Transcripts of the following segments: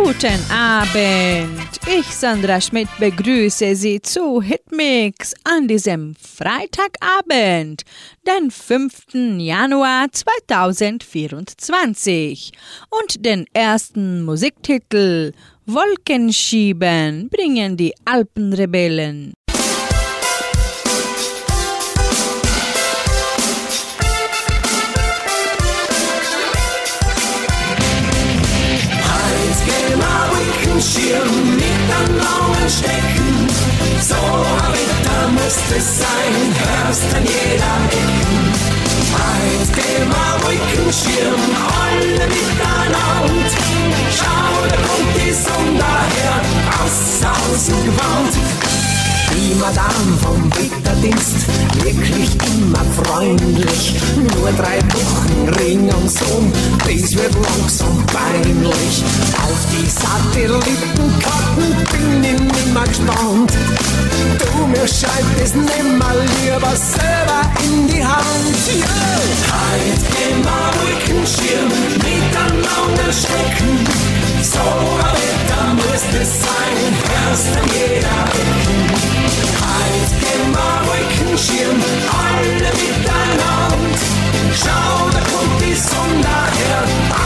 Guten Abend. Ich, Sandra Schmidt, begrüße Sie zu Hitmix an diesem Freitagabend, den 5. Januar 2024. Und den ersten Musiktitel Wolkenschieben bringen die Alpenrebellen. Schirm mit an blauen Stecken, so ein Wetter muss es sein, hörst an jeder Ecken. Eins gehen wir Wolkenschirm, alle miteinander, schau, da kommt die Sonne daher, aus dem Gewand. Die Madame vom Wetterdienst, wirklich immer freundlich. Nur 3 Wochen Ring ums Sohn, das wird langsam peinlich. Auf die Satellitenkarten bin ich nimmer gespannt. Du, mir scheint es nimmer lieber selber in die Hand. Yeah. Halt immer Wolkenschirm mit an langen Strecken. So ein Wetter muss es sein, hörst an jeder Ecken. Halt immer Wolkenschirm, alle miteinander. Schau, da kommt die Sonne daher,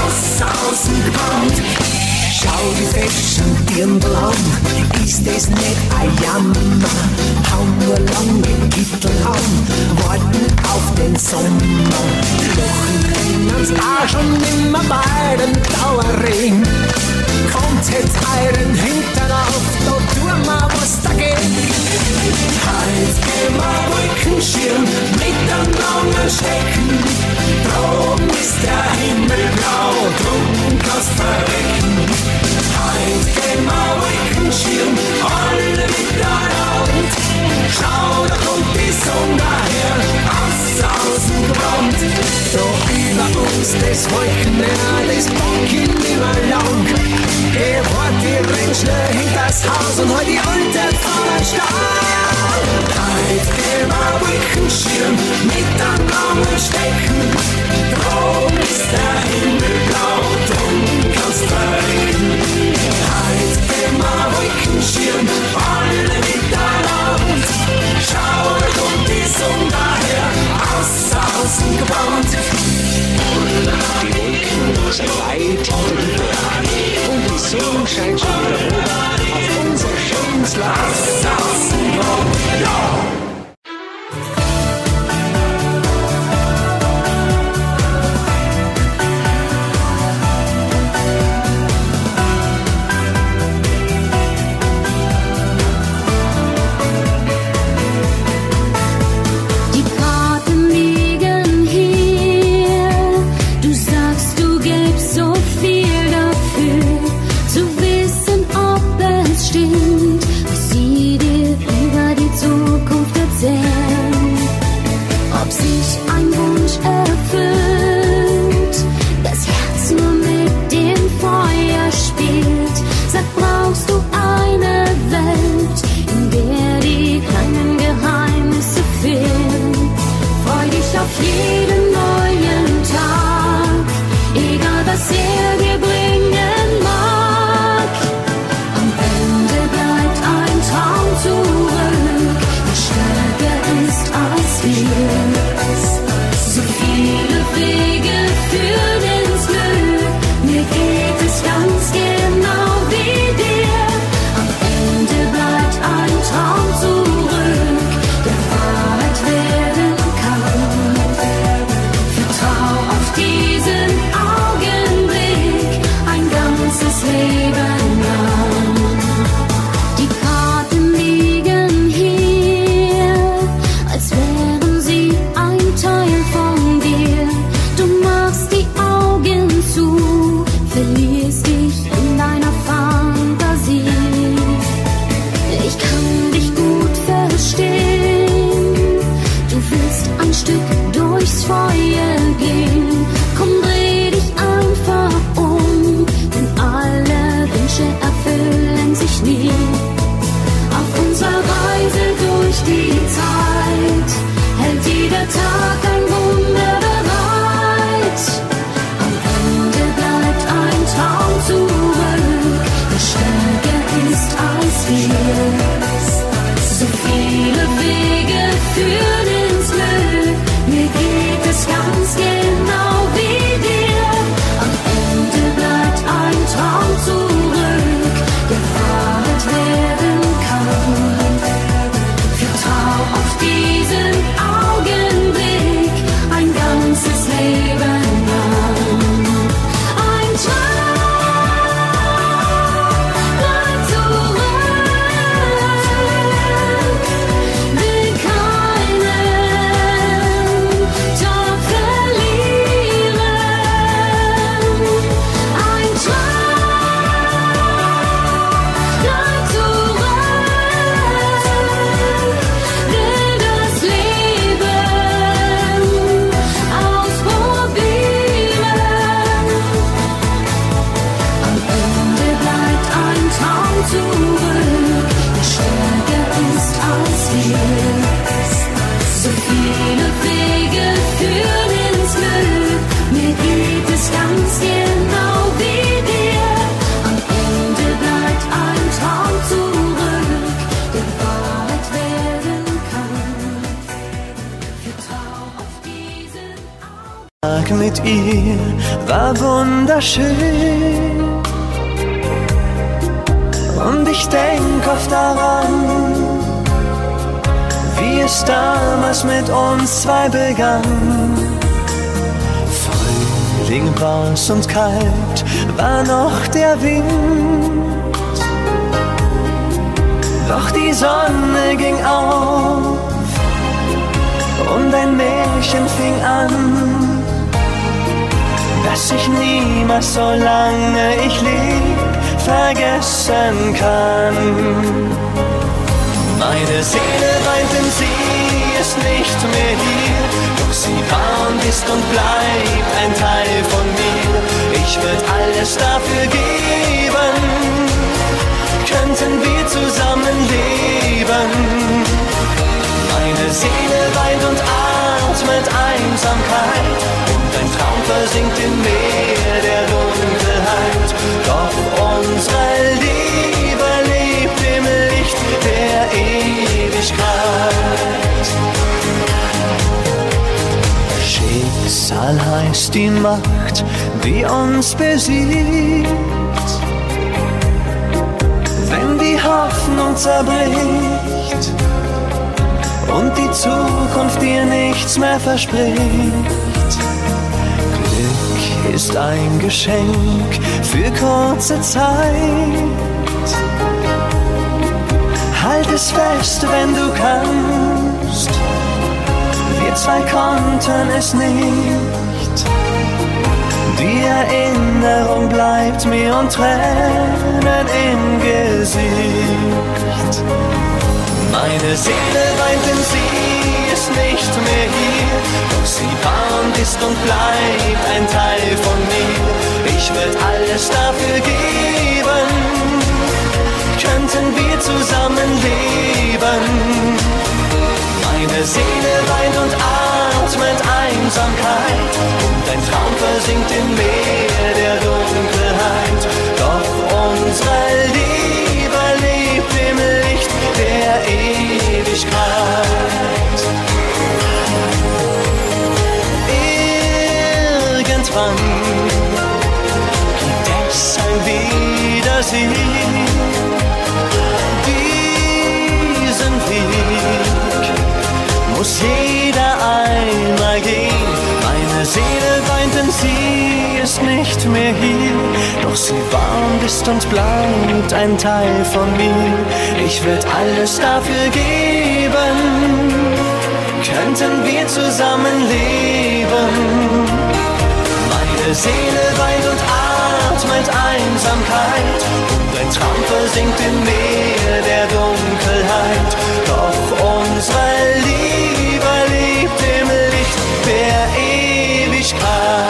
aus dem Gewand. Schau die feschen Dirndl an, ist es nicht ein Jammer? Hau nur lange Kittel an, warten auf den Sommer. Lochen können's auch schon nimmer bei den Dauerregen. Kommt jetzt euren Hintern auf, da tun wir was dagegen. Halt immer Wolkenschirm mit an langen Stecken. Droben ist der Himmel blau, drum kannst verrecken. Halt immer Wolkenschirm, alle miteinander. Schau, da kommt die Sonne daher, aus dem Gewand. Doch über uns das Wolkenmeer, das Bonken immer lang. Geh fort, die renn schnell hinters Haus und hol die Alte von der Stahl. Halt immer Wolkenschirm mit an langen Stecken. Droben ist der Himmel blau, drum kannst verrecken. Halt immer Wolkenschirm, alle miteinander. Schau, da kommt die Sonne daher, aus dem Gewand. Die Wolken sind weit hinter die Berge und die Sonne scheint schon wieder hoch auf unser schönes Land. Aus dem Gewand, ja! Am Ende bleibt ein Traum zurück. Tag mit ihr war wunderschön. Und ich denk oft daran, wie es damals mit uns zwei begann. Frühling war's und kalt war noch der Wind, doch die Sonne ging auf und ein Märchen fing an, das ich niemals, solange ich leb, vergessen kann. Meine Seele weint, denn sie ist nicht mehr hier, doch sie war und ist und bleibt ein Teil von mir. Ich würd alles dafür geben, könnten wir zusammen leben. Meine Seele weint und atmet Einsamkeit und ein Traum versinkt im Meer der Dunkelheit. Doch unsere Liebe lebt im Licht der Ewigkeit. Schicksal heißt die Macht, die uns besiegt. Wenn die Hoffnung zerbricht und die Zukunft dir nichts mehr verspricht. Glück ist ein Geschenk für kurze Zeit. Halt es fest, wenn du kannst. Wir zwei konnten es nicht. Die Erinnerung bleibt mir und Tränen im Gesicht. Meine Seele weint, denn sie ist nicht mehr hier, doch sie war und ist und bleibt ein Teil von mir. Ich würd alles dafür geben, könnten wir zusammen leben. Meine Seele weint und atmet Einsamkeit und ein Traum versinkt im Meer der Dunkelheit. Doch unsere Liebe lebt im Licht der Ewigkeit. Irgendwann gibt es ein Wiedersehen. Diesen Weg muss jeder einmal gehen. Meine Seele weint, denn sie ist nicht mehr hier, doch sie war und ist und bleibt ein Teil von mir. Ich würd alles dafür geben, könnten wir zusammen leben. Meine Seele weint und atmet Einsamkeit und ein Traum versinkt im Meer der Dunkelheit. Doch unsere Liebe lebt im Licht der Ewigkeit.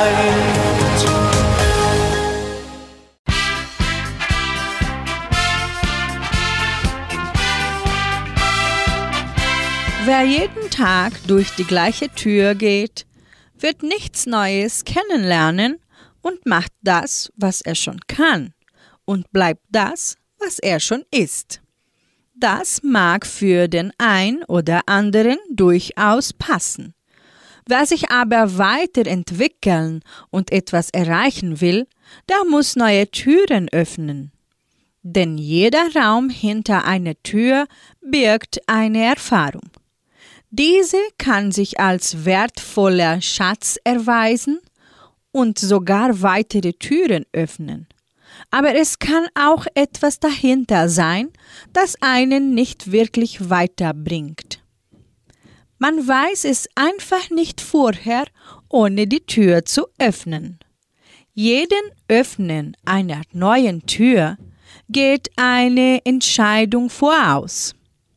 Wer jeden Tag durch die gleiche Tür geht, wird nichts Neues kennenlernen und macht das, was er schon kann, und bleibt das, was er schon ist. Das mag für den einen oder anderen durchaus passen. Wer sich aber weiterentwickeln und etwas erreichen will, der muss neue Türen öffnen. Denn jeder Raum hinter einer Tür birgt eine Erfahrung. Diese kann sich als wertvoller Schatz erweisen und sogar weitere Türen öffnen. Aber es kann auch etwas dahinter sein, das einen nicht wirklich weiterbringt. Man weiß es einfach nicht vorher, ohne die Tür zu öffnen. Jedem Öffnen einer neuen Tür geht eine Entscheidung voraus.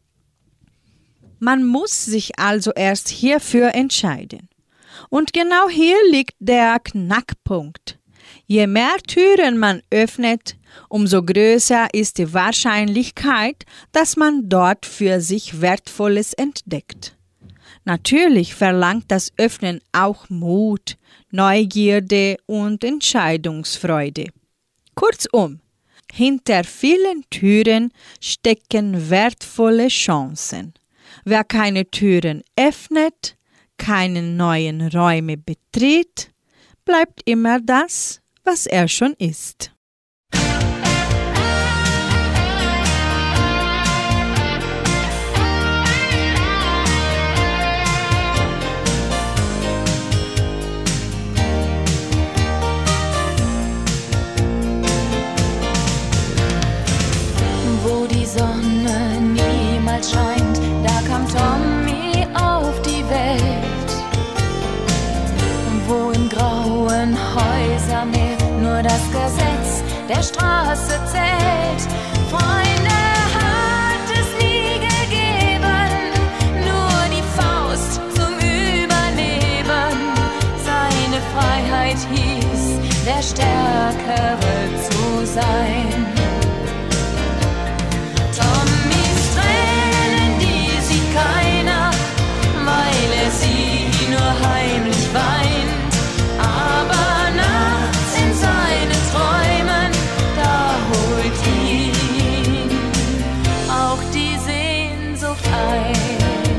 Man muss sich also erst hierfür entscheiden. Und genau hier liegt der Knackpunkt. Je mehr Türen man öffnet, umso größer ist die Wahrscheinlichkeit, dass man dort für sich Wertvolles entdeckt. Natürlich verlangt das Öffnen auch Mut, Neugierde und Entscheidungsfreude. Kurzum, hinter vielen Türen stecken wertvolle Chancen. Wer keine Türen öffnet, keine neuen Räume betritt, bleibt immer das, was er schon ist. Wo die Sonne niemals scheint, da kam Tommy auf die Welt. Wo im grauen Häusermeer nur das Gesetz der Straße zählt. Freunde hat es nie gegeben, nur die Faust zum Überleben. Seine Freiheit hieß, der Stärkere zu sein. Tommys Tränen, die sieht keiner, weil er sie nur heimlich weint. Aber nachts in seinen Träumen, da holt ihn auch die Sehnsucht ein.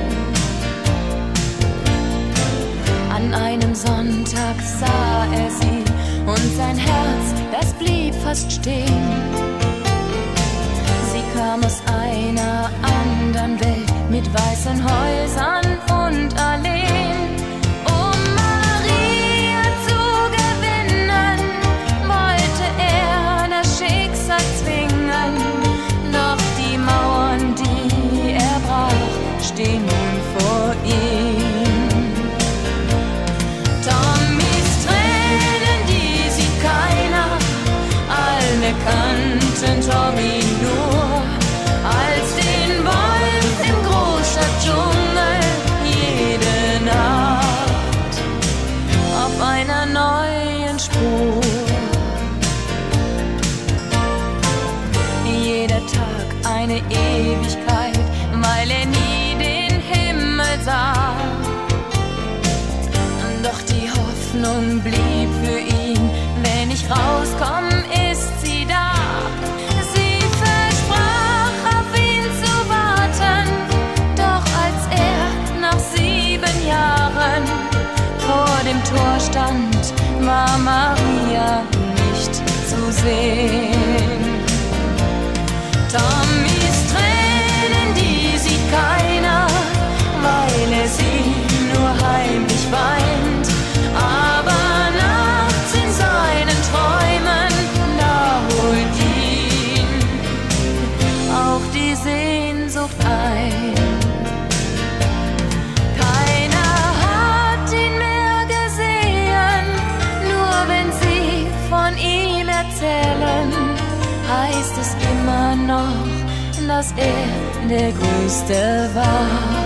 An einem Sonntag sah er sie und sein Herz, das blieb fast stehen. Sie kam aus einer anderen Welt mit weißen Häusern und Alleen. Um Maria zu gewinnen, wollte er das Schicksal zwingen. Doch die Mauern, die er brach, stehen nun vor ihm. Tommys Tränen, die sieht keiner, alle kannten Tommy nur als den Wolf im großen Dschungel, jede Nacht auf einer neuen Spur. Jeder Tag eine Ewigkeit, weil er nie den Himmel sah. Doch die Hoffnung blieb für ihn, wenn ich rauskomm, ist sie da. Sie versprach, auf ihn zu warten, doch als er nach 7 Jahren vor dem Tor stand, war Maria nicht zu sehen. Tommys Tränen, die sieht keiner, weil er sie nur heimlich weint. Aber nachts in seinen Träumen, da holt ihn auch die Sehnsucht ein. Keiner hat ihn mehr gesehen, nur wenn sie von ihm erzählen, heißt es immer noch, dass er der Größte war.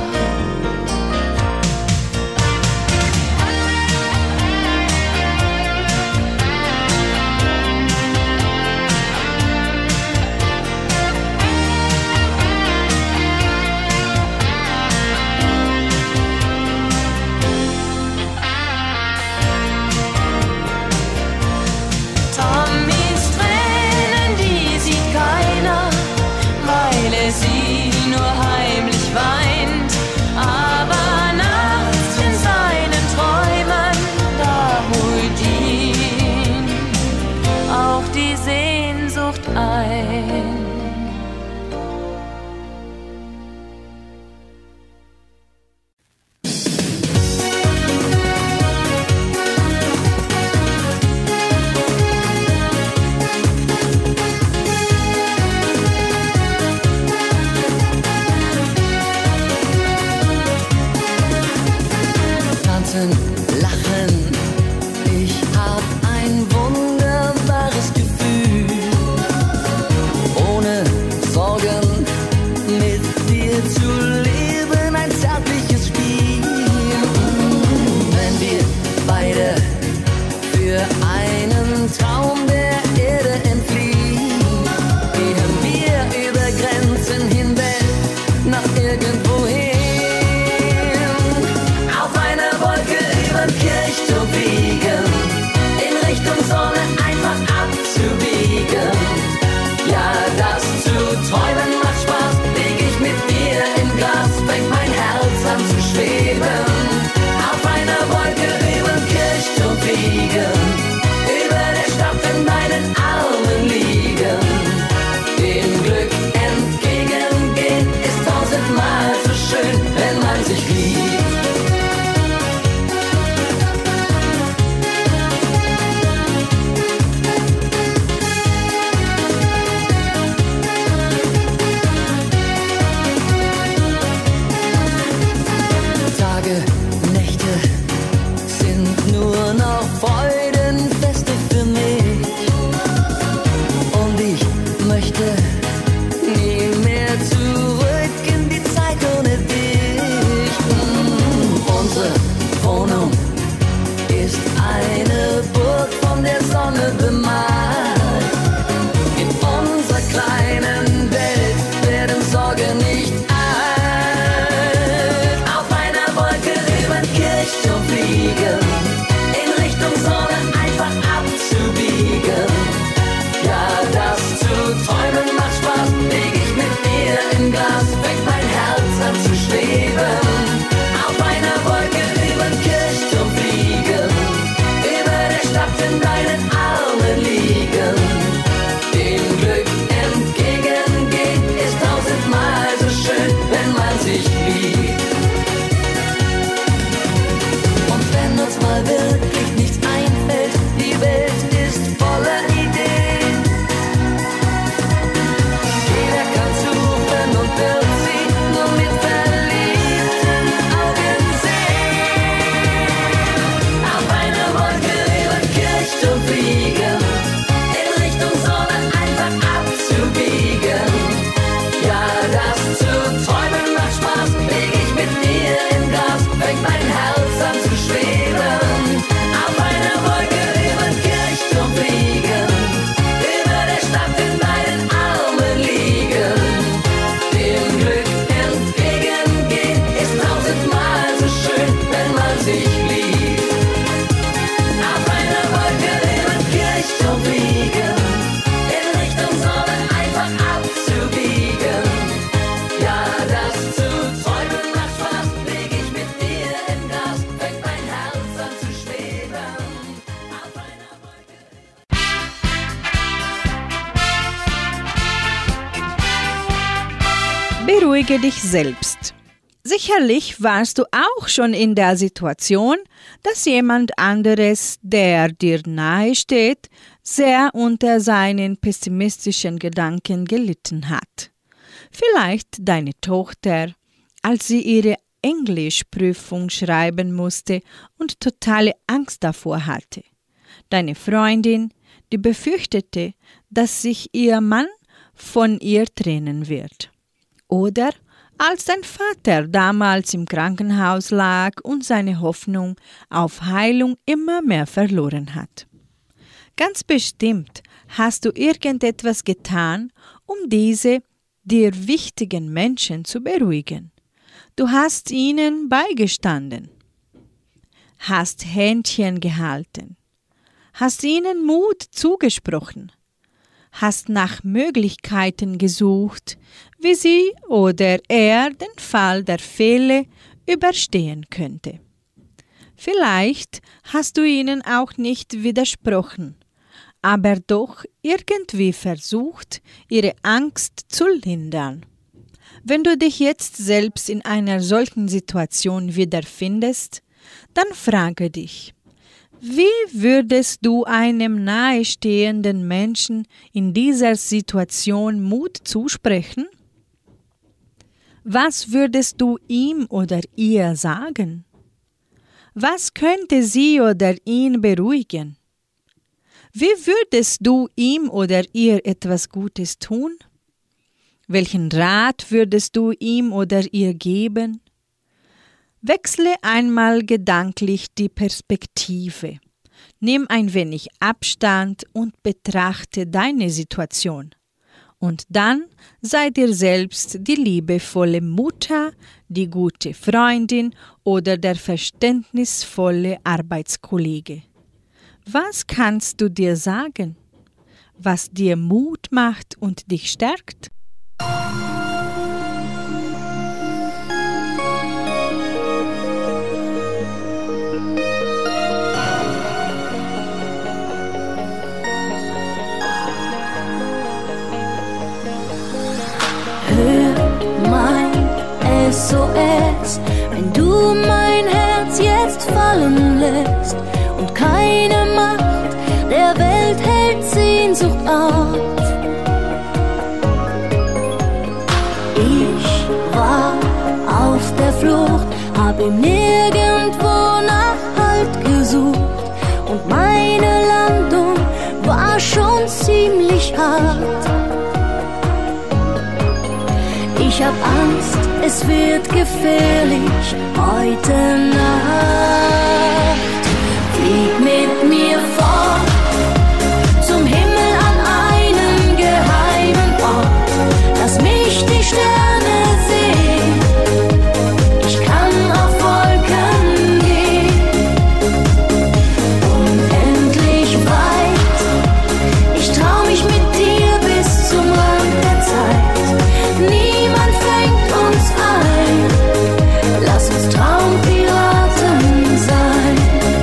Tommys Tränen, die sieht keiner, weil er sie nur heimlich weint. Aber nachts in seinen Träumen, da holt ihn auch die Sehnsucht ein. Tanzen, lachen, ich hab ein wunderbares Gefühl. Ohne Sorgen mit dir zu leben, ein zärtliches Spiel. Wenn wir beide für einen Traum der Erde entfliehen, gehen wir über Grenzen hinweg nach irgendwohin. Auf einer Wolke über Beruhige dich selbst. Sicherlich warst du auch schon in der Situation, dass jemand anderes, der dir nahe steht, sehr unter seinen pessimistischen Gedanken gelitten hat. Vielleicht deine Tochter, als sie ihre Englischprüfung schreiben musste und totale Angst davor hatte. Deine Freundin, die befürchtete, dass sich ihr Mann von ihr trennen wird. Oder als dein Vater damals im Krankenhaus lag und seine Hoffnung auf Heilung immer mehr verloren hat. Ganz bestimmt hast du irgendetwas getan, um diese dir wichtigen Menschen zu beruhigen. Du hast ihnen beigestanden, hast Händchen gehalten, hast ihnen Mut zugesprochen, hast nach Möglichkeiten gesucht, wie sie oder er den Fall der Fälle überstehen könnte. Vielleicht hast du ihnen auch nicht widersprochen, aber doch irgendwie versucht, ihre Angst zu lindern. Wenn du dich jetzt selbst in einer solchen Situation wiederfindest, dann frage dich, wie würdest du einem nahestehenden Menschen in dieser Situation Mut zusprechen? Was würdest du ihm oder ihr sagen? Was könnte sie oder ihn beruhigen? Wie würdest du ihm oder ihr etwas Gutes tun? Welchen Rat würdest du ihm oder ihr geben? Wechsle einmal gedanklich die Perspektive. Nimm ein wenig Abstand und betrachte deine Situation. Und dann sei dir selbst die liebevolle Mutter, die gute Freundin oder der verständnisvolle Arbeitskollege. Was kannst du dir sagen, was dir Mut macht und dich stärkt? SOS, wenn du mein Herz jetzt fallen lässt und keine Macht der Welt hält Sehnsucht auf. Ich war auf der Flucht, habe nirgendwo nach Halt gesucht und meine Landung war schon ziemlich hart. Ich hab Angst, es wird gefährlich heute Nacht. Flieg mit mir fort zum Himmel an einen geheimen Ort. Lass mich die Sterne sehen, ich kann auf Wolken gehen. Unendlich weit, ich trau mich mit dir bis zum Rand der Zeit. Niemand fängt uns ein, lass uns Traumpiraten sein.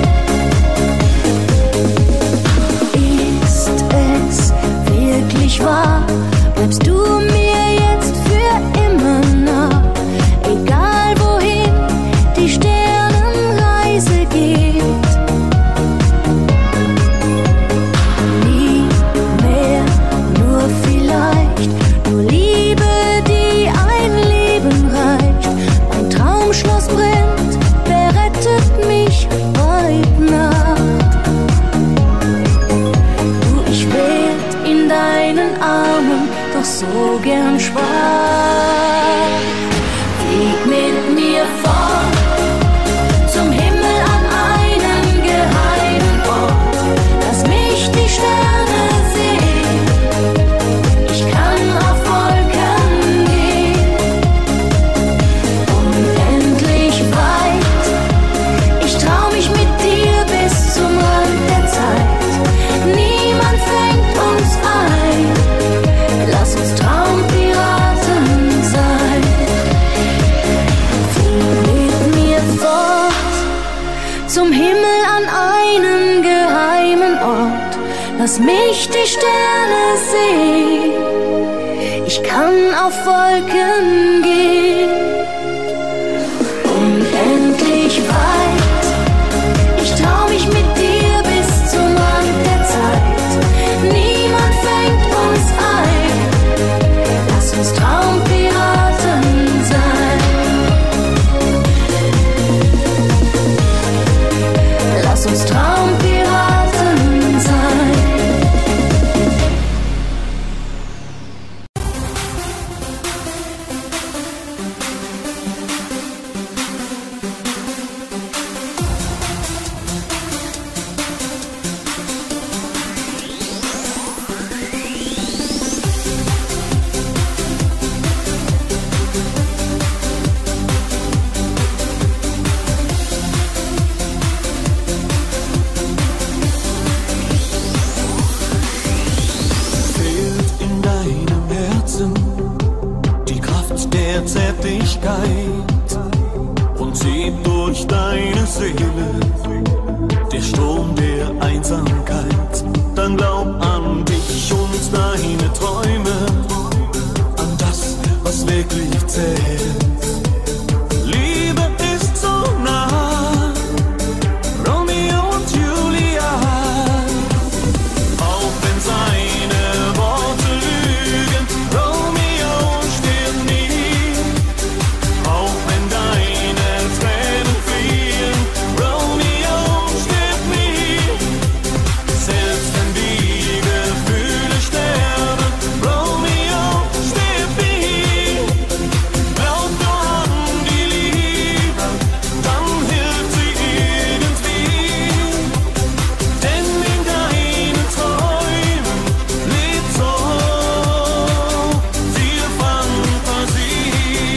Ist es wirklich wahr, bleibst du mir jetzt für immer nah? Egal wohin die Sternenreise geht. Nie mehr, nur vielleicht, nur Liebe, die ein Leben reicht. Mein Traumschloss brennt, wer rettet mich heute Nacht? Du, ich werd in deinen Armen doch so gern schwach. Flieg mit mir fort zum Himmel an einen geheimen Ort. Lass mich die Sterne sehen, ich kann auf Wolken gehen. Unendlich weit, ich trau mich mit dir bis zum Rand der Zeit. Niemand fängt uns ein, lass uns Traumpiraten sein. Flieg mit mir fort zum Himmel an einen geheimen Ort. Lass mich die Sterne sehen, Ich kann auf Wolken gehen, unendlich weit. Ich trau mich mit dir bis zum Rand der Zeit. Niemand fängt uns ein. Lass uns Traumpiraten sein. Lass uns Traumpiraten sein. Und zieht durch deine Seele der Strom der Einsamkeit. Dann glaub an dich und deine Träume, an das, was wirklich zählt. Liebe ist so nah, Romeo und Julia, auch wenn seine Worte lügen. Romeo stirbt nie, auch wenn deine Tränen fliehen. Romeo stirbt nie, selbst wenn die Gefühle sterben. Romeo stirbt nie, glaub nur an die Liebe, dann hilft sie irgendwie. Denn in deinen Träumen lebt so viel Fantasie.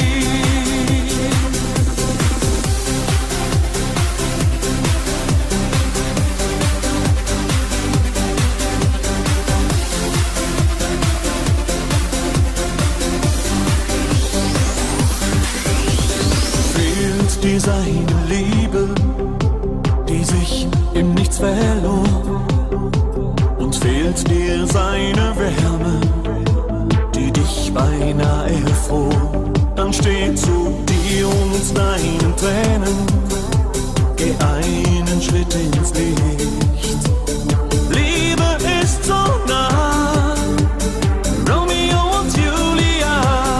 Fehlt dir seine Liebe, die sich im Nichts verlor? Und fehlt dir seine Wärme, die dich beinahe erfror? Dann steh zu dir und deinen Tränen, geh einen Schritt ins Licht. Liebe ist so nah, Romeo und Julia,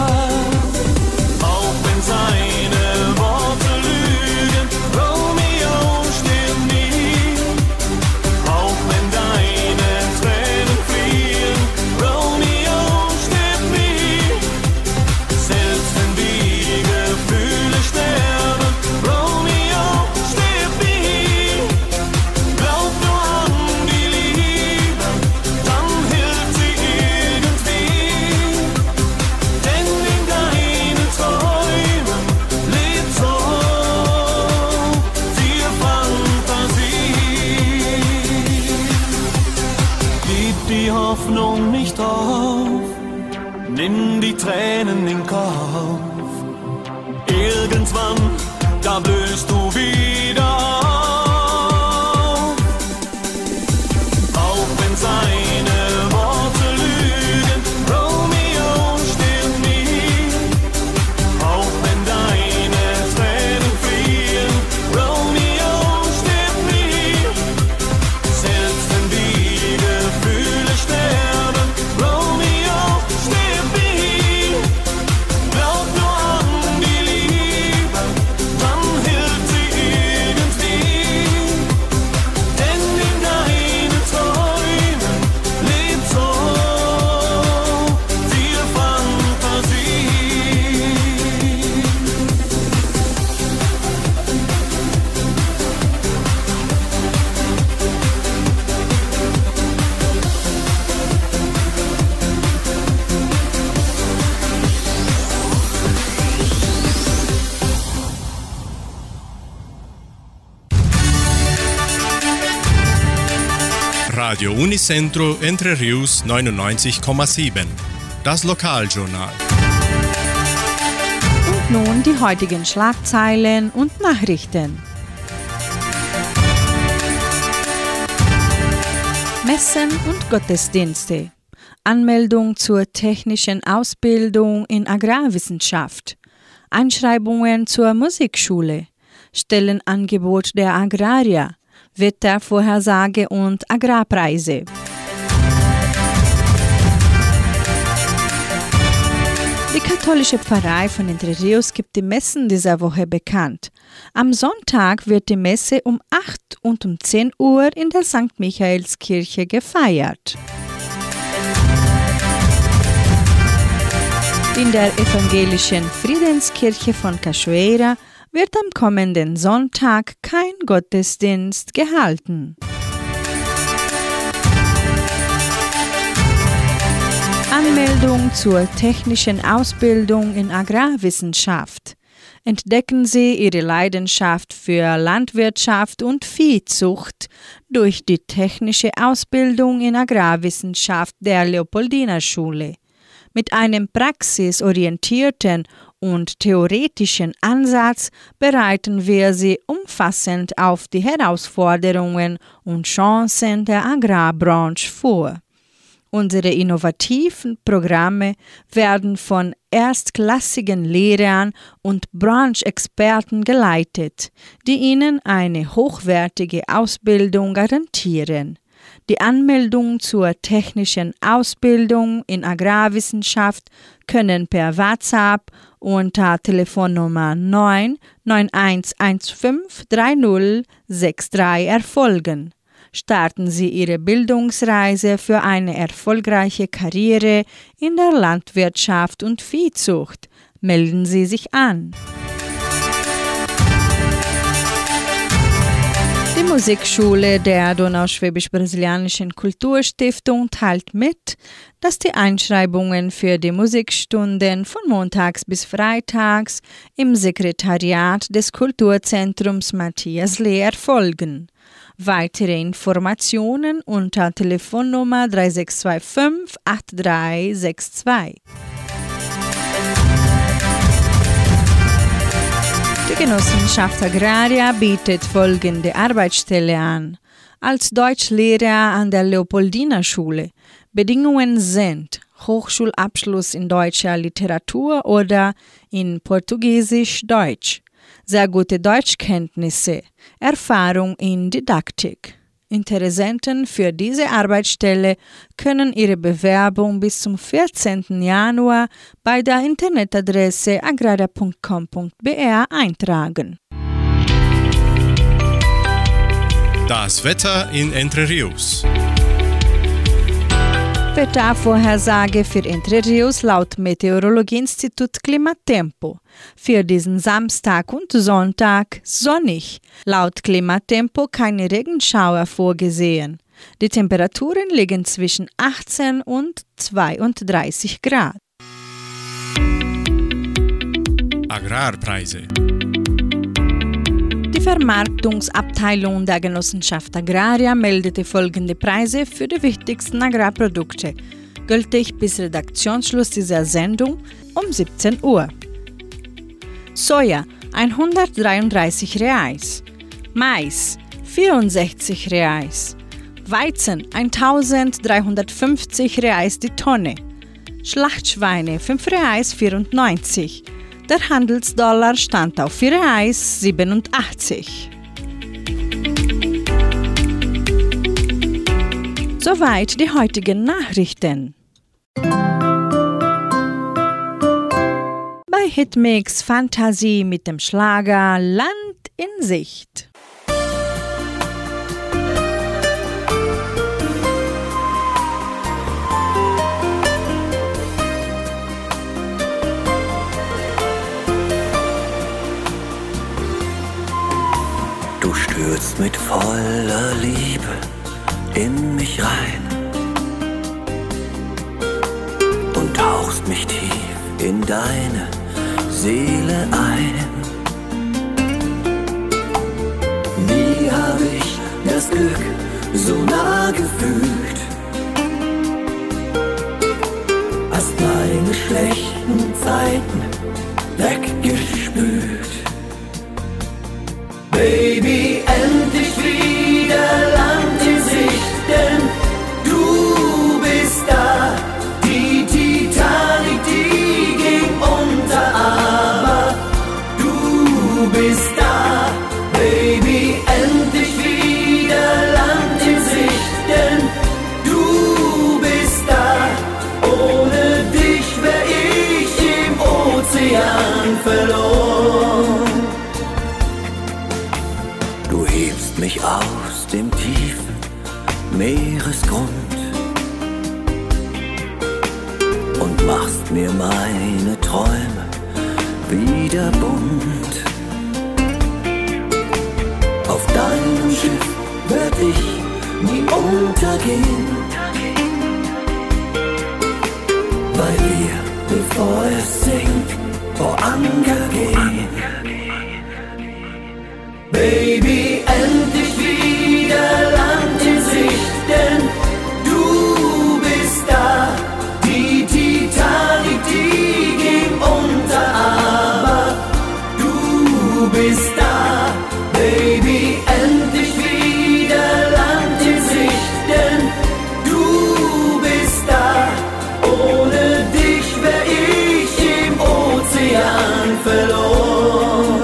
auch wenn seine Worte lügen. Romeo stirbt nie, auch wenn deine Tränen fliehen. Romeo stirbt nie, selbst wenn die Gefühle sterben. Romeo stirbt nie, glaub nur an die Liebe, dann hilft sie irgendwie. Denn in deinen Träumen lebt so viel Fantasie. Gib die Hoffnung nicht auf, nimm die Tränen in Kauf. Irgendwann, da blühst du wieder auf. Auch wenn seine Worte lügen, Romeo stirbt nie, auch wenn deine Tränen fliehen. Romeo stirbt nie, selbst wenn die Gefühle sterben. Romeo stirbt nie, glaub nur an die Liebe, dann hilft sie irgendwie. Denn in deinen Träumen lebt so viel Fantasie. Radio Unicentro Entre Rius 99,7. Das Lokaljournal. Und nun die heutigen Schlagzeilen und Nachrichten. Messen und Gottesdienste. Anmeldung zur technischen Ausbildung in Agrarwissenschaft, Einschreibungen zur Musikschule, Stellenangebot der Agrarier, Wettervorhersage und Agrarpreise. Die katholische Pfarrei von Entre Rios gibt die Messen dieser Woche bekannt. Am Sonntag wird die Messe um 8 und um 10 Uhr in der St. Michaelskirche gefeiert. In der evangelischen Friedenskirche von Cachoeira wird am kommenden Sonntag kein Gottesdienst gehalten. Anmeldung zur technischen Ausbildung in Agrarwissenschaft. Entdecken Sie Ihre Leidenschaft für Landwirtschaft und Viehzucht durch die technische Ausbildung in Agrarwissenschaft der Leopoldina-Schule. Mit einem praxisorientierten und theoretischen Ansatz bereiten wir Sie umfassend auf die Herausforderungen und Chancen der Agrarbranche vor. Unsere innovativen Programme werden von erstklassigen Lehrern und Branchexperten geleitet, die Ihnen eine hochwertige Ausbildung garantieren. Die Anmeldung zur technischen Ausbildung in Agrarwissenschaft können per WhatsApp unter Telefonnummer 991153063 erfolgen. Starten Sie Ihre Bildungsreise für eine erfolgreiche Karriere in der Landwirtschaft und Viehzucht. Melden Sie sich an. Die Musikschule der Donauschwäbisch-Brasilianischen Kulturstiftung teilt mit, dass die Einschreibungen für die Musikstunden von montags bis freitags im Sekretariat des Kulturzentrums Matthias Lee erfolgen. Weitere Informationen unter Telefonnummer 3625 8362. Die Genossenschaft Agraria bietet folgende Arbeitsstelle an. Als Deutschlehrer an der Leopoldina-Schule. Bedingungen sind Hochschulabschluss in deutscher Literatur oder in Portugiesisch-Deutsch. Sehr gute Deutschkenntnisse, Erfahrung in Didaktik. Interessenten für diese Arbeitsstelle können ihre Bewerbung bis zum 14. Januar bei der Internetadresse agraria.com.br eintragen. Das Wetter in Entre Rios. Wettervorhersage für Entre Rios laut Meteorologieinstitut Klimatempo. Für diesen Samstag und Sonntag sonnig. Laut Klimatempo keine Regenschauer vorgesehen. Die Temperaturen liegen zwischen 18 und 32 Grad. Agrarpreise. Die Vermarktungsabteilung der Genossenschaft Agraria meldete folgende Preise für die wichtigsten Agrarprodukte, gültig bis Redaktionsschluss dieser Sendung um 17 Uhr. Soja 133 Reais, Mais 64 Reais, Weizen 1350 Reais die Tonne, Schlachtschweine 5 Reais 94. Der Handelsdollar stand auf 4 Reais 87. Soweit die heutigen Nachrichten. Bei Hitmix Fantasie mit dem Schlager Land in Sicht. Du stürzt mit voller Liebe in mich rein und tauchst mich tief in deine Seele ein. Nie hab ich das Glück so nah gefühlt, hast meine schlechten Zeiten weggespült. Baby, endlich wieder Land in Sicht, denn du bist da dich aus dem tiefen Meeresgrund und machst mir meine Träume wieder bunt. Auf deinem Schiff werd ich nie untergehen, weil wir, bevor es sinkt, vor Anker gehen. Baby, endlich wieder Land in Sicht, denn du bist da. Die Titanic, die ging unter, aber du bist da. Baby, endlich wieder Land in Sicht, denn du bist da. Ohne dich wär ich im Ozean verloren.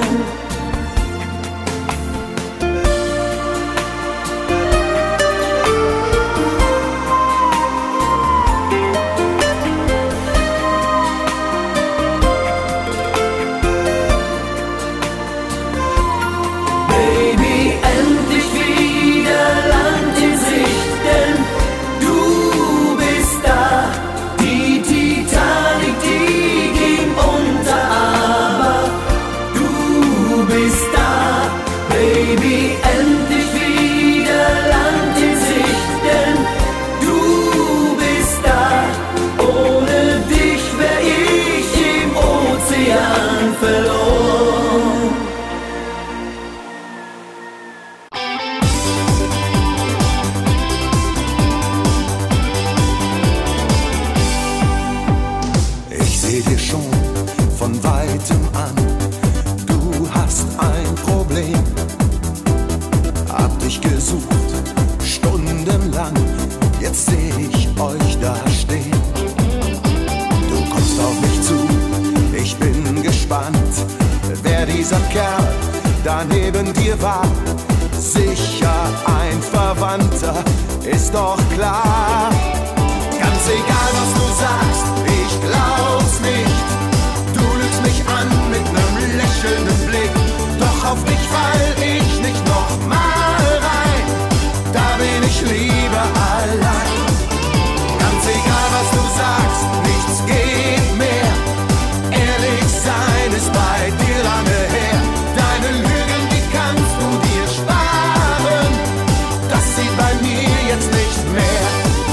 Neben dir war sicher ein Verwandter, ist doch klar. Ganz egal, was du sagst, ich glaub's nicht. Du lügst mich an mit nem lächelnden Blick, doch auf dich fall ich nicht noch mal rein. Da bin ich lieber allein. Ganz egal, was du sagst, nichts geht mehr. Ehrlich sein ist bei dir lange her. Deine Lügen, die kannst du dir sparen. Das sieht bei mir jetzt nicht mehr.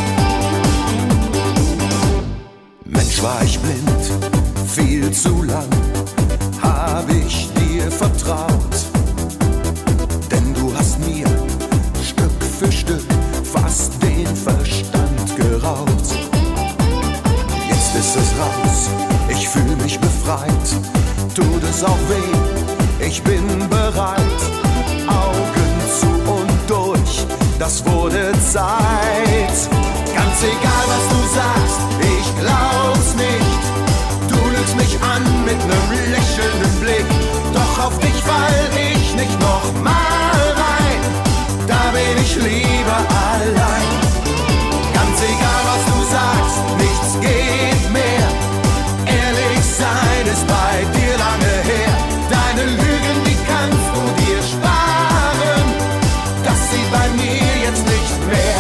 Mensch, war ich blind, viel zu lang hab ich dir vertraut. Denn du hast mir Stück für Stück fast den Verstand geraubt. Jetzt ist es raus, ich fühl mich befreit. Tut es auch weh, ich bin bereit. Augen zu und durch, das wurde Zeit. Ganz egal, was du sagst, ich glaub's nicht. Du lügst mich an mit nem lächelnden Blick, doch auf dich fall ich nicht noch mal rein. Da bin ich lieber allein. Ganz egal, was du sagst, nichts geht mehr. Ehrlich sein ist bei dir lange her. Deine Lügen, die kannst du dir sparen. Das sieht bei mir jetzt nicht mehr.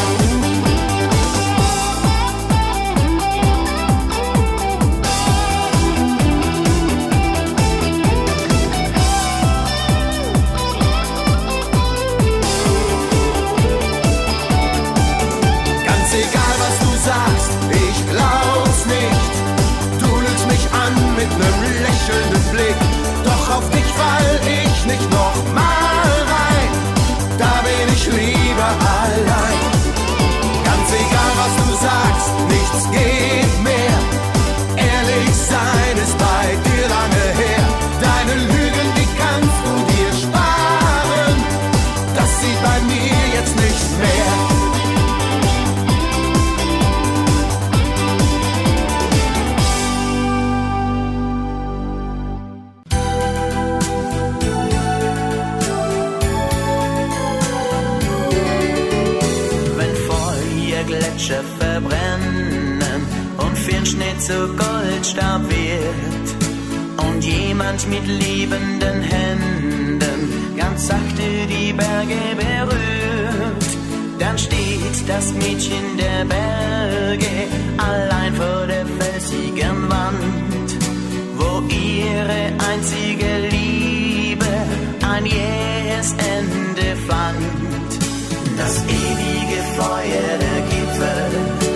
Ganz egal, was du sagst, ich glaub's nicht. Du lügst mich an mit nem lächelnden Blick, doch auf dich fall ich nicht noch mal rein. Da bin ich lieber allein. Ganz egal, was du sagst, nichts geht mehr. Ehrlich sein ist bei dir lange her. Deine Lügen, die kannst du dir sparen. Das sieht bei mir jetzt nicht mehr. Gletscher verbrennen und viel Schnee zu Goldstaub wird und und jemand mit liebenden Händen ganz sachte die Berge berührt. Dann steht das Mädchen der Berge allein vor der felsigen Wand, wo ihre einzige Liebe ein jähes Ende fand. Das ewige Feuer der Gipfel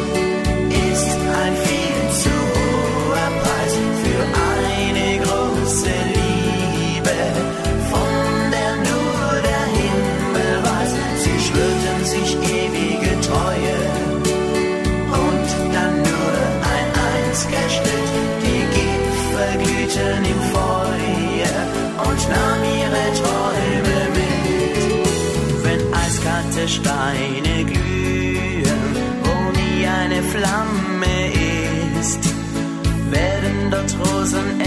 ist ein viel zu hoher Preis für eine große Liebe, von der nur der Himmel weiß. Sie schwörten sich ewige Treue und dann nur ein einziger Schritt. Die Gipfel glühten im Feuer und nahm ihre Träume mit. Wenn eiskalte Steine glühen, wo nie eine Flamme ist, werden dort Rosen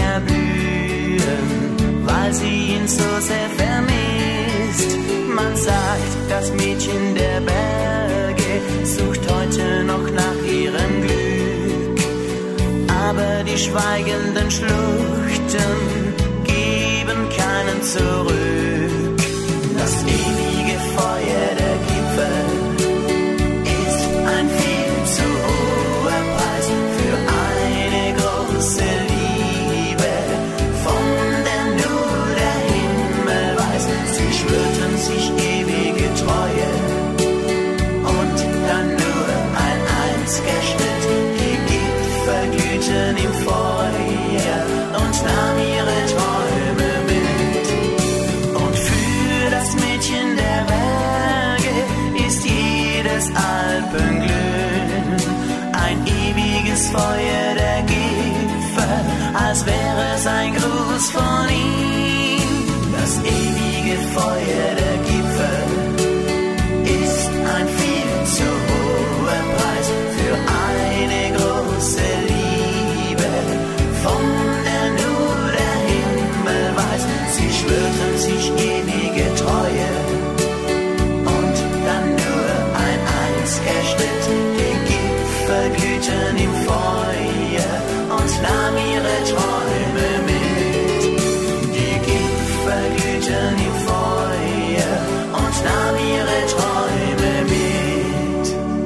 erblühen, weil sie ihn so sehr vermisst. Man sagt, das Mädchen der Berge sucht heute noch nach ihrem Glück, aber die schweigenden Schluchten geben keinen zurück. Das ewige Feuer der Gipfel ist ein viel zu hoher Preis für eine große Liebe, von der nur der Himmel weiß. Sie schwörten sich ewige Treue und dann nur ein einziger Schritt. Die Gipfel glühten im Feuer und nahm ihre Träume mit. Und für das Mädchen der Berge ist jedes Alpenglühen ein ewiges Feuer der Gipfel, als wäre es ein Gruß von ihm. Das ewige Feuer der Gipfel ist ein viel zu hoher Preis für eine große Liebe, von der nur der Himmel weiß. Sie schwörten sich ewige Treue und dann nur ein einziger Schritt. Die Gipfel glühten im Feuer und nahm ihre Träume mit. Die Gipfel glühten im Feuer und nahm ihre Träume mit.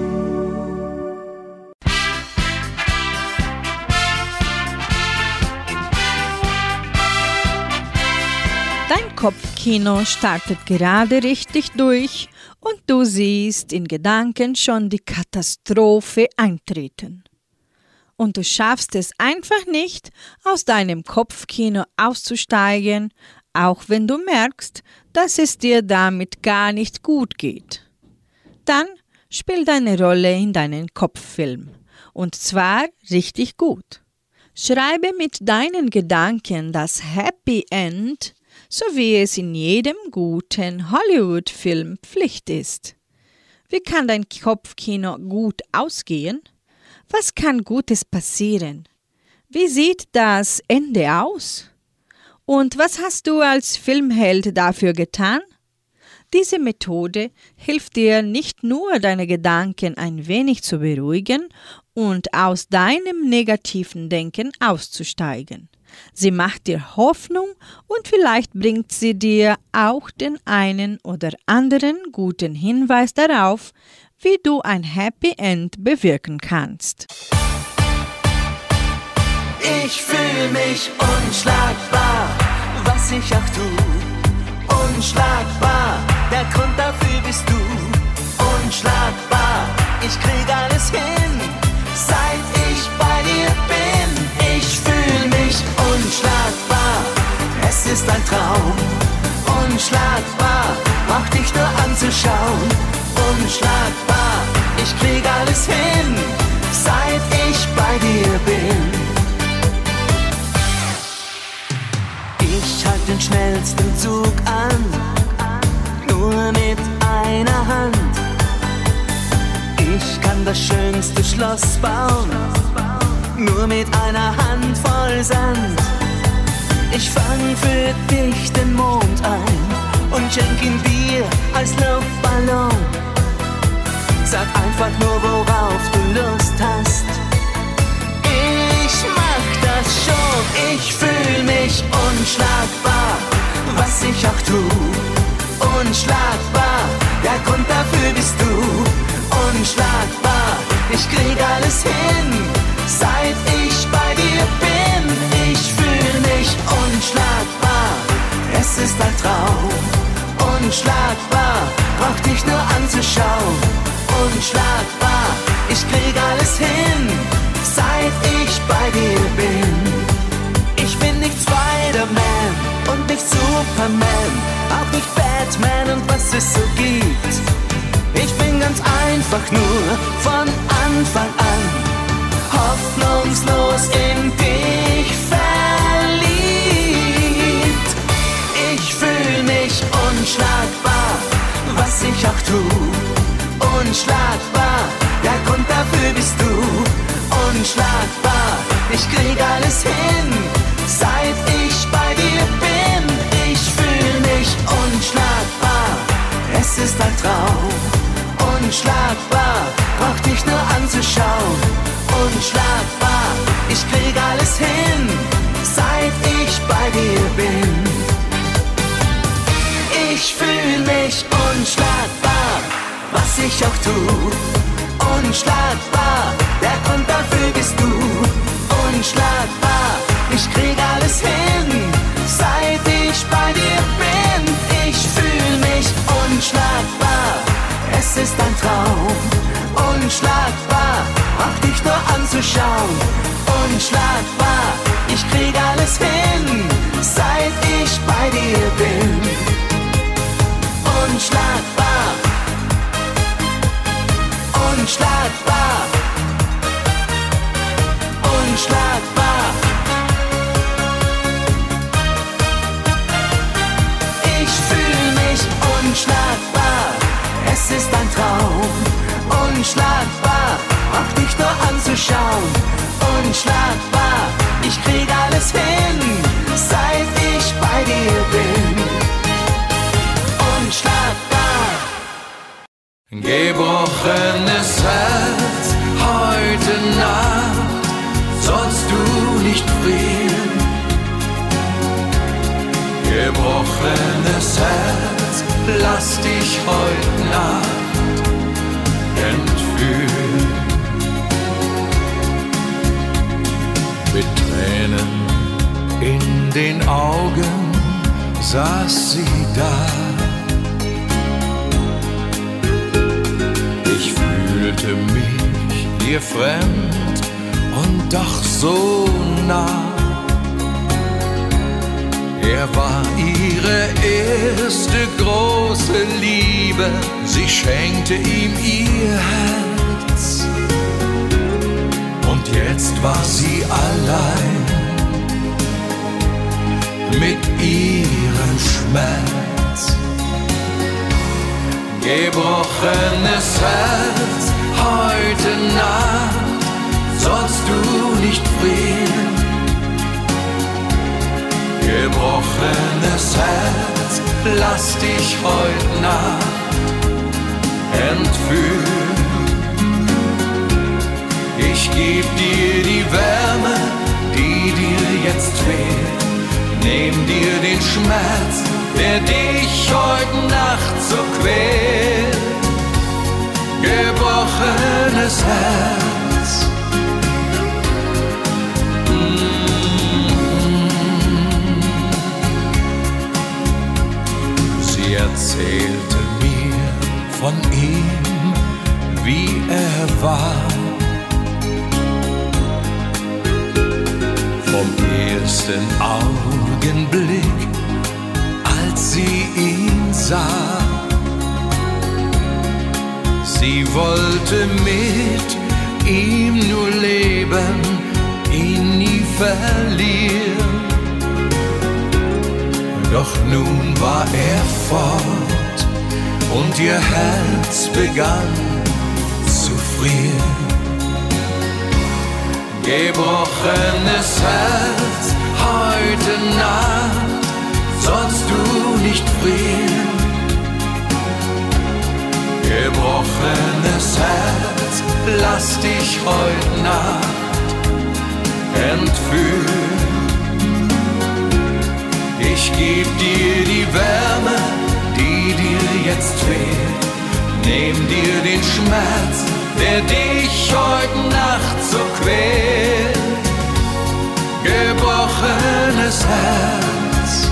Dein Kopfkino startet gerade richtig durch und du siehst in Gedanken schon die Katastrophe eintreten. Und du schaffst es einfach nicht, aus deinem Kopfkino auszusteigen, auch wenn du merkst, dass es dir damit gar nicht gut geht. Dann spiel deine Rolle in deinen Kopffilm, und zwar richtig gut. Schreibe mit deinen Gedanken das Happy End, so wie es in jedem guten Hollywood-Film Pflicht ist. Wie kann dein Kopfkino gut ausgehen? Was kann Gutes passieren? Wie sieht das Ende aus? Und was hast du als Filmheld dafür getan? Diese Methode hilft dir nicht nur, deine Gedanken ein wenig zu beruhigen und aus deinem negativen Denken auszusteigen. Sie macht dir Hoffnung und vielleicht bringt sie dir auch den einen oder anderen guten Hinweis darauf, wie du ein Happy End bewirken kannst. Ich fühl mich unschlagbar, was ich auch tu. Unschlagbar, der Grund dafür bist du. Unschlagbar, ich krieg alles hin, seit ich bei dir bin. Ich fühl mich unschlagbar, es ist ein Traum. Unschlagbar, brauch dich nur anzuschauen. Unschlagbar, ich krieg alles hin, seit ich bei dir bin. Ich halt den schnellsten Zug an, nur mit einer Hand. Ich kann das schönste Schloss bauen, nur mit einer Handvoll Sand. Ich fang für dich den Mond ein und schenk ihn dir als Luftballon. Sag einfach nur, worauf du Lust hast. Ich mach das schon, ich fühl mich unschlagbar, was ich auch tu. Unschlagbar, der Grund dafür bist du. Unschlagbar, ich krieg alles hin, seit ich bei dir bin. Ich fühl mich unschlagbar, es ist ein Traum. Unschlagbar, brauch dich nur anzuschauen. Unschlagbar, ich krieg alles hin, seit ich bei dir bin. Ich bin nicht Spider-Man und nicht Superman, auch nicht Batman und was es so gibt. Ich bin ganz einfach nur von Anfang an hoffnungslos in dich verliebt. Ich fühl mich unschlagbar, was ich auch tu. Unschlagbar, der Grund dafür bist du. Unschlagbar, ich krieg alles hin, seit ich bei dir bin. Ich fühl mich unschlagbar, es ist ein Traum. Unschlagbar, brauch dich nur anzuschauen. Unschlagbar, ich krieg alles hin, seit ich bei dir bin. Ich fühl mich unschlagbar, was ich auch tu. Unschlagbar, der Grund dafür bist du. Unschlagbar, ich krieg alles hin, seit ich bei dir bin. Ich fühl mich unschlagbar, es ist ein Traum. Unschlagbar, brauch dich nur anzuschauen. Unschlagbar, ich krieg alles hin, seit ich bei dir bin. Unschlagbar, unschlagbar, unschlagbar. Ich fühl mich unschlagbar, es ist ein Traum. Unschlagbar, brauch dich nur anzuschauen. Unschlagbar, ich krieg alles hin, seit ich bei dir bin. Unschlagbar. Gebrochenes Herz, heute Nacht sollst du nicht frieren. Gebrochenes Herz, lass dich heute Nacht entführen. Mit Tränen in den Augen saß sie da. Ich fühlte mich ihr fremd und doch so nah. Er war ihre erste große Liebe, sie schenkte ihm ihr Herz. Und jetzt war sie allein mit ihrem Schmerz. Gebrochenes Herz, heute Nacht sollst du nicht frieren. Gebrochenes Herz, lass dich heute Nacht entführen. Ich geb dir die Wärme, die dir jetzt fehlt. Nehm dir den Schmerz, der dich heute Nacht so quält. Gebrochenes Herz. Sie erzählte mir von ihm, wie er war. Vom ersten Augenblick, als sie ihn sah. Sie wollte mit ihm nur leben, ihn nie verlieren. Doch nun war er fort und ihr Herz begann zu frieren. Gebrochenes Herz, heute Nacht sollst du nicht frieren. Gebrochenes Herz, lass dich heute Nacht entführen. Ich geb dir die Wärme, die dir jetzt fehlt. Nehm dir den Schmerz, der dich heute Nacht so quält. Gebrochenes Herz.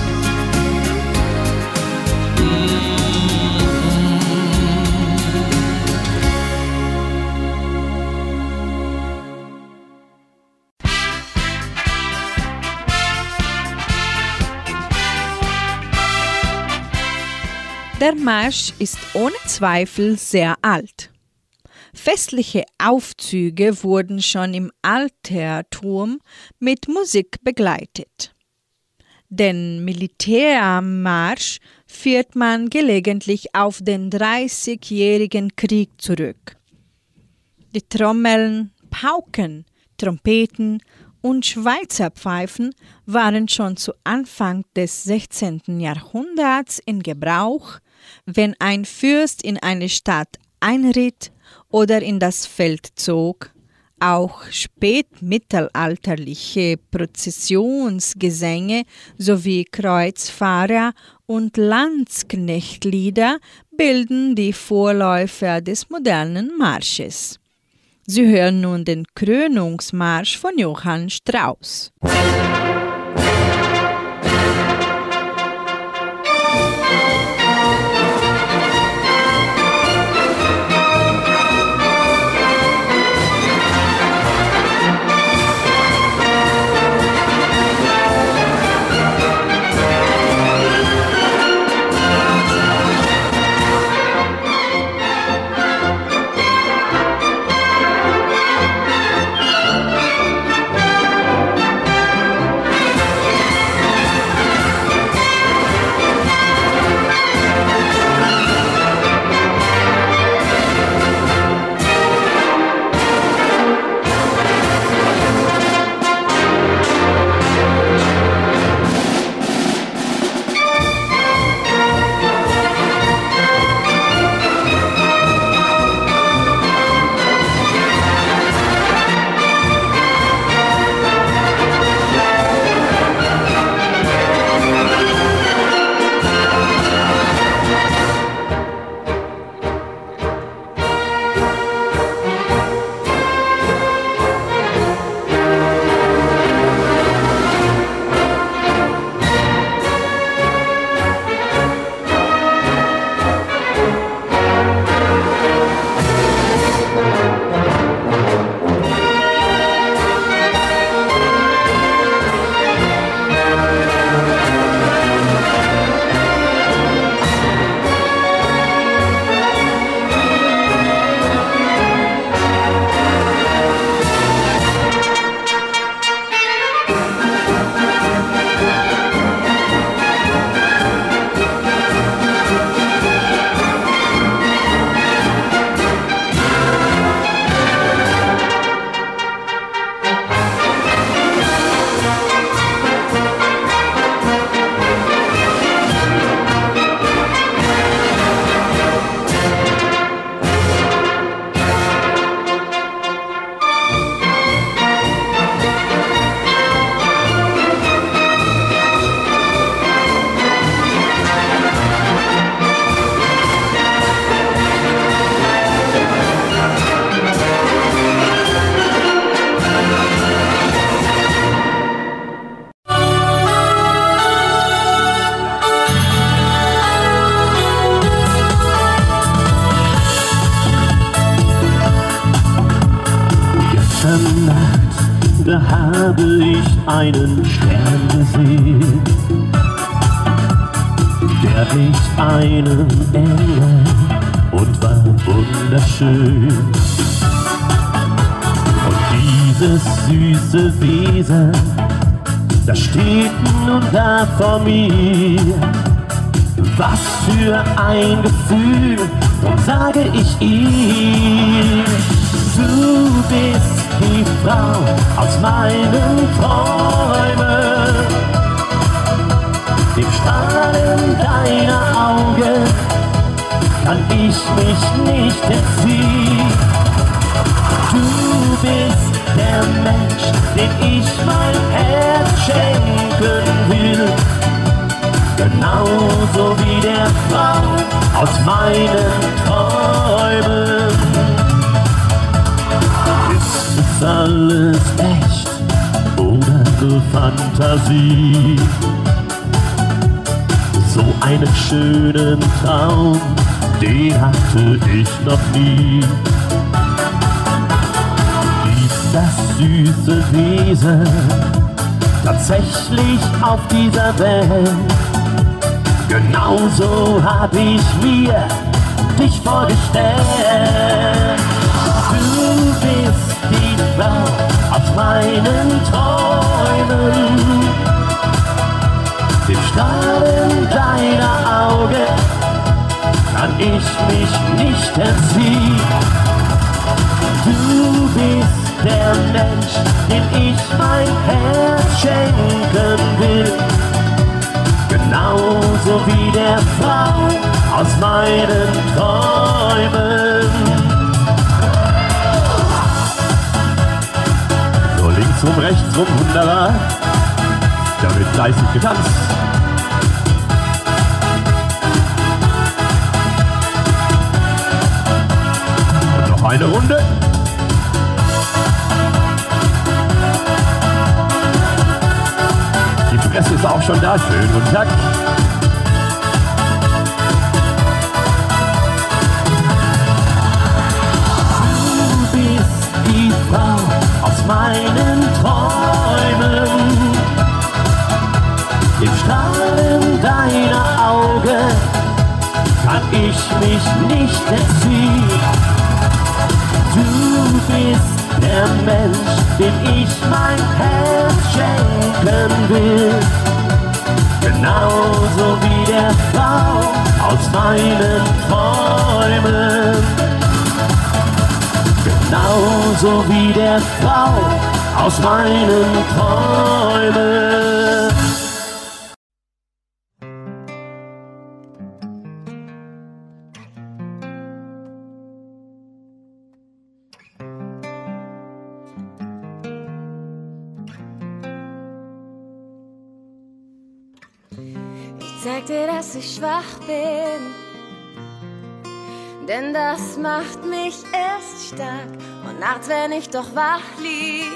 Der Marsch ist ohne Zweifel sehr alt. Festliche Aufzüge wurden schon im Altertum mit Musik begleitet. Den Militärmarsch führt man gelegentlich auf den 30-jährigen Krieg zurück. Die Trommeln, Pauken, Trompeten und Schweizer Pfeifen waren schon zu Anfang des 16. Jahrhunderts in Gebrauch, wenn ein Fürst in eine Stadt einritt oder in das Feld zog. Auch spätmittelalterliche Prozessionsgesänge sowie Kreuzfahrer- und Landsknechtlieder bilden die Vorläufer des modernen Marsches. Sie hören nun den Krönungsmarsch von Johann Strauss. Da habe ich einen Stern gesehen, der glich einem Engel und war wunderschön. Und dieses süße Wesen, das steht nun da vor mir. Was für ein Gefühl, drum sage ich ihr, du bist die Frau aus meinen Träumen. Dem Strahlen deiner Augen kann ich mich nicht entziehen. Du bist der Mensch, dem ich mein Herz schenken will. genauso wie der Traum aus meinen Träumen. Ist es alles echt oder nur Fantasie? So einen schönen Traum, den hatte ich noch nie. Ist das süße Wesen tatsächlich auf dieser Welt? Genauso hab ich mir dich vorgestellt. Du bist die Frau aus meinen Träumen. Dem Strahlen deiner Augen kann ich mich nicht entziehen. Du bist der Mensch, dem ich mein Herz schenken will. Genauso wie der Frau aus meinen Träumen. So links rum, rechts rum, wunderbar. Da wird fleißig getanzt. Und noch eine Runde. Die Presse ist auch schon da. Schönen guten Tag. Du bist die Frau aus meinen Träumen. Im Strahlen deiner Augen kann ich mich nicht entziehen. Du bist der Mensch, dem ich mein Herz schenken will. Genauso wie der Frau aus meinen Träumen. Genauso wie der Frau aus meinen Träumen. Sag dir, dass ich schwach bin, denn das macht mich erst stark. Und nachts, wenn ich doch wach lieg,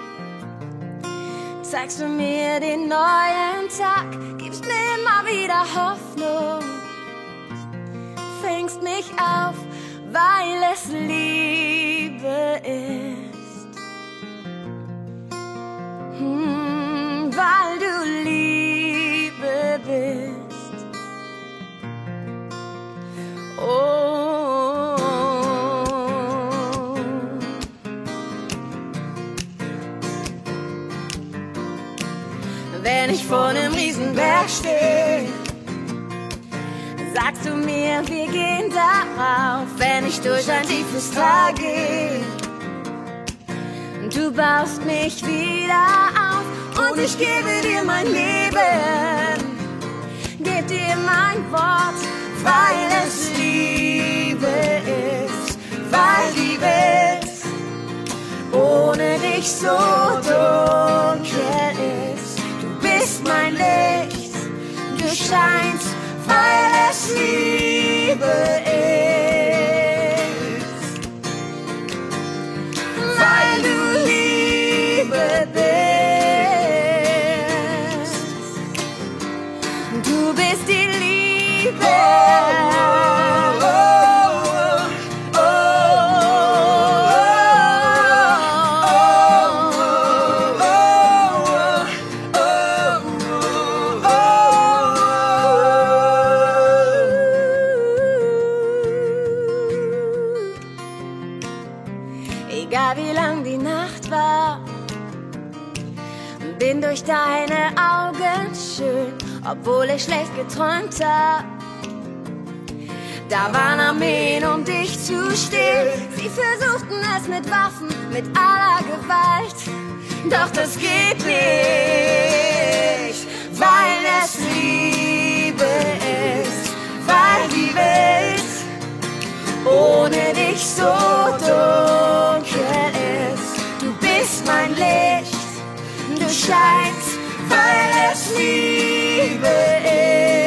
zeigst du mir den neuen Tag, gibst mir immer wieder Hoffnung, fängst mich auf, weil es Liebe ist. Weil du Liebe bist. Oh, wenn ich vor einem Riesenberg stehe, sagst du mir, wir gehen darauf. Wenn ich durch ein tiefes Tal gehe, du baust mich wieder auf und ich gebe dir mein Leben, geb dir mein Wort, weil es Liebe ist, weil Liebe ist, ohne dich so dunkel ist. Du bist mein Licht, du scheinst, weil es Liebe ist, weil du Liebe bist. Du bist die Liebe. Egal wie lang die Nacht war, bin durch deine Augen schön, obwohl ich schlecht geträumt hab. Da waren Armeen, um dich zu stehlen. Sie versuchten es mit Waffen, mit aller Gewalt. Doch das geht nicht, weil es Liebe ist, weil die Welt ohne dich so dunkel ist. Du bist mein Licht, du scheinst, weil es Liebe ist.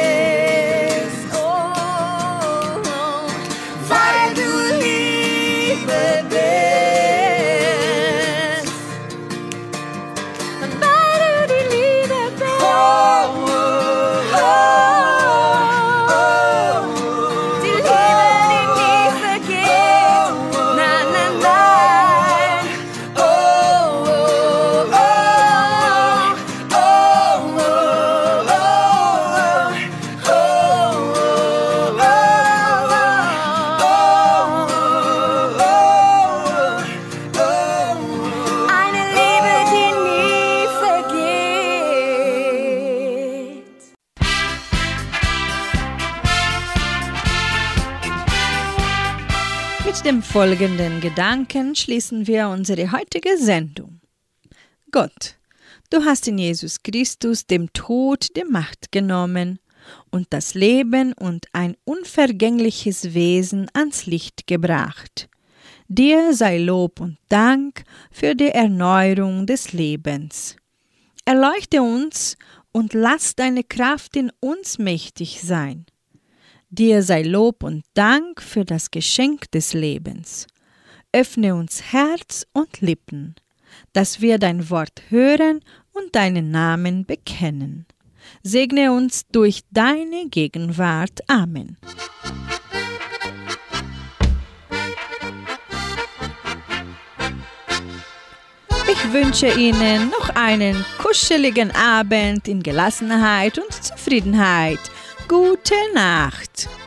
Mit dem folgenden Gedanken schließen wir unsere heutige Sendung. Gott, du hast in Jesus Christus dem Tod die Macht genommen und das Leben und ein unvergängliches Wesen ans Licht gebracht. Dir sei Lob und Dank für die Erneuerung des Lebens. Erleuchte uns und lass deine Kraft in uns mächtig sein. Dir sei Lob und Dank für das Geschenk des Lebens. Öffne uns Herz und Lippen, dass wir dein Wort hören und deinen Namen bekennen. Segne uns durch deine Gegenwart. Amen. Ich wünsche Ihnen noch einen kuscheligen Abend in Gelassenheit und Zufriedenheit. Gute Nacht.